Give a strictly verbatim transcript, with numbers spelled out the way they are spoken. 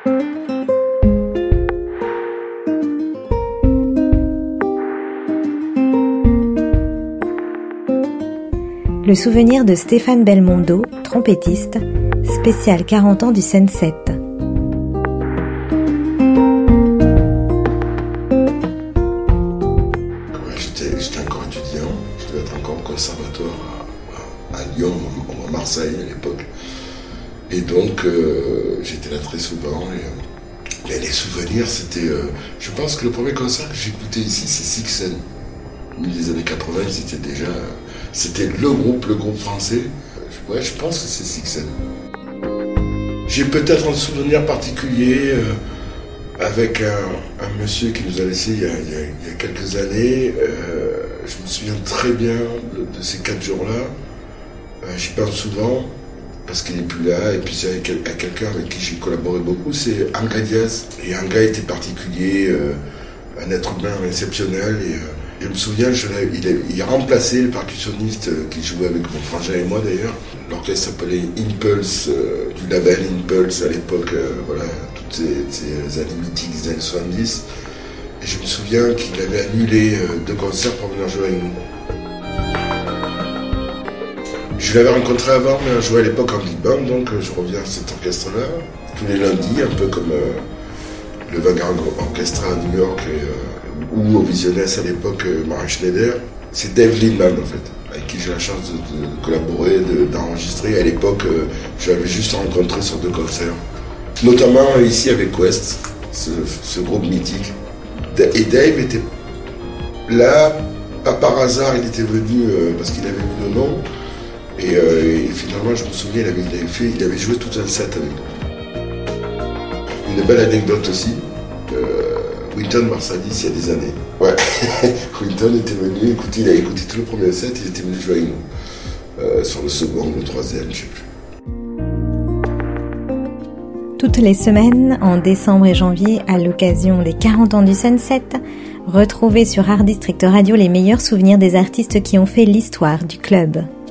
Le souvenir de Stéphane Belmondo, trompettiste, spécial quarante ans du Sunset. Ouais, j'étais, j'étais encore étudiant, je devais être encore au conservatoire à, à, à Lyon, à Marseille à l'époque. Et donc euh, j'étais là très souvent. Et, euh, mais les souvenirs, c'était. Euh, je pense que le premier concert que j'écoutais ici, c'est Sixen. Au milieu des années quatre-vingts, ils étaient déjà. C'était le groupe, le groupe français. Ouais, je pense que c'est Sixen. J'ai peut-être un souvenir particulier euh, avec un, un monsieur qui nous a laissé il y a, il y a, il y a quelques années. Euh, je me souviens très bien de, de ces quatre jours-là. Euh, j'y pense souvent parce qu'il n'est plus là. Et puis c'est avec, avec quelqu'un avec qui j'ai collaboré beaucoup, c'est André Diaz. Et André était particulier, euh, un être humain exceptionnel. Et, euh, je me souviens, je il, a, il a remplacé le percussionniste qui jouait avec mon frangin et moi d'ailleurs. L'orchestre s'appelait Impulse, euh, du label Impulse à l'époque, euh, voilà, toutes ces, ces années mythiques des années soixante-dix. Et je me souviens qu'il avait annulé euh, deux concerts pour venir jouer avec nous. Je l'avais rencontré avant, mais je jouais à l'époque en big band, donc je reviens à cet orchestre-là, tous les lundis, un peu comme euh, le Vanguard Orchestra à New York, et, euh, ou au Visionnaise à l'époque, euh, Mara Schneider. C'est Dave Lindman en fait, avec qui j'ai la chance de, de collaborer, de, d'enregistrer. À l'époque, euh, je l'avais juste rencontré sur deux concerts, notamment ici avec Quest, ce, ce groupe mythique. Et Dave était là, pas par hasard, il était venu euh, parce qu'il avait vu nos noms. Et, euh, et finalement, je me souviens, il avait, il avait, fait, il avait joué tout un set avec nous. Une belle anecdote aussi, euh, Wynton Marsalis, il y a des années. Ouais, Wynton était venu, écouter, il a écouté tout le premier set, il était venu jouer avec nous. Euh, sur le second, le troisième, je sais plus. Toutes les semaines, en décembre et janvier, à l'occasion des quarante ans du Sunset, retrouvez sur Art District Radio les meilleurs souvenirs des artistes qui ont fait l'histoire du club.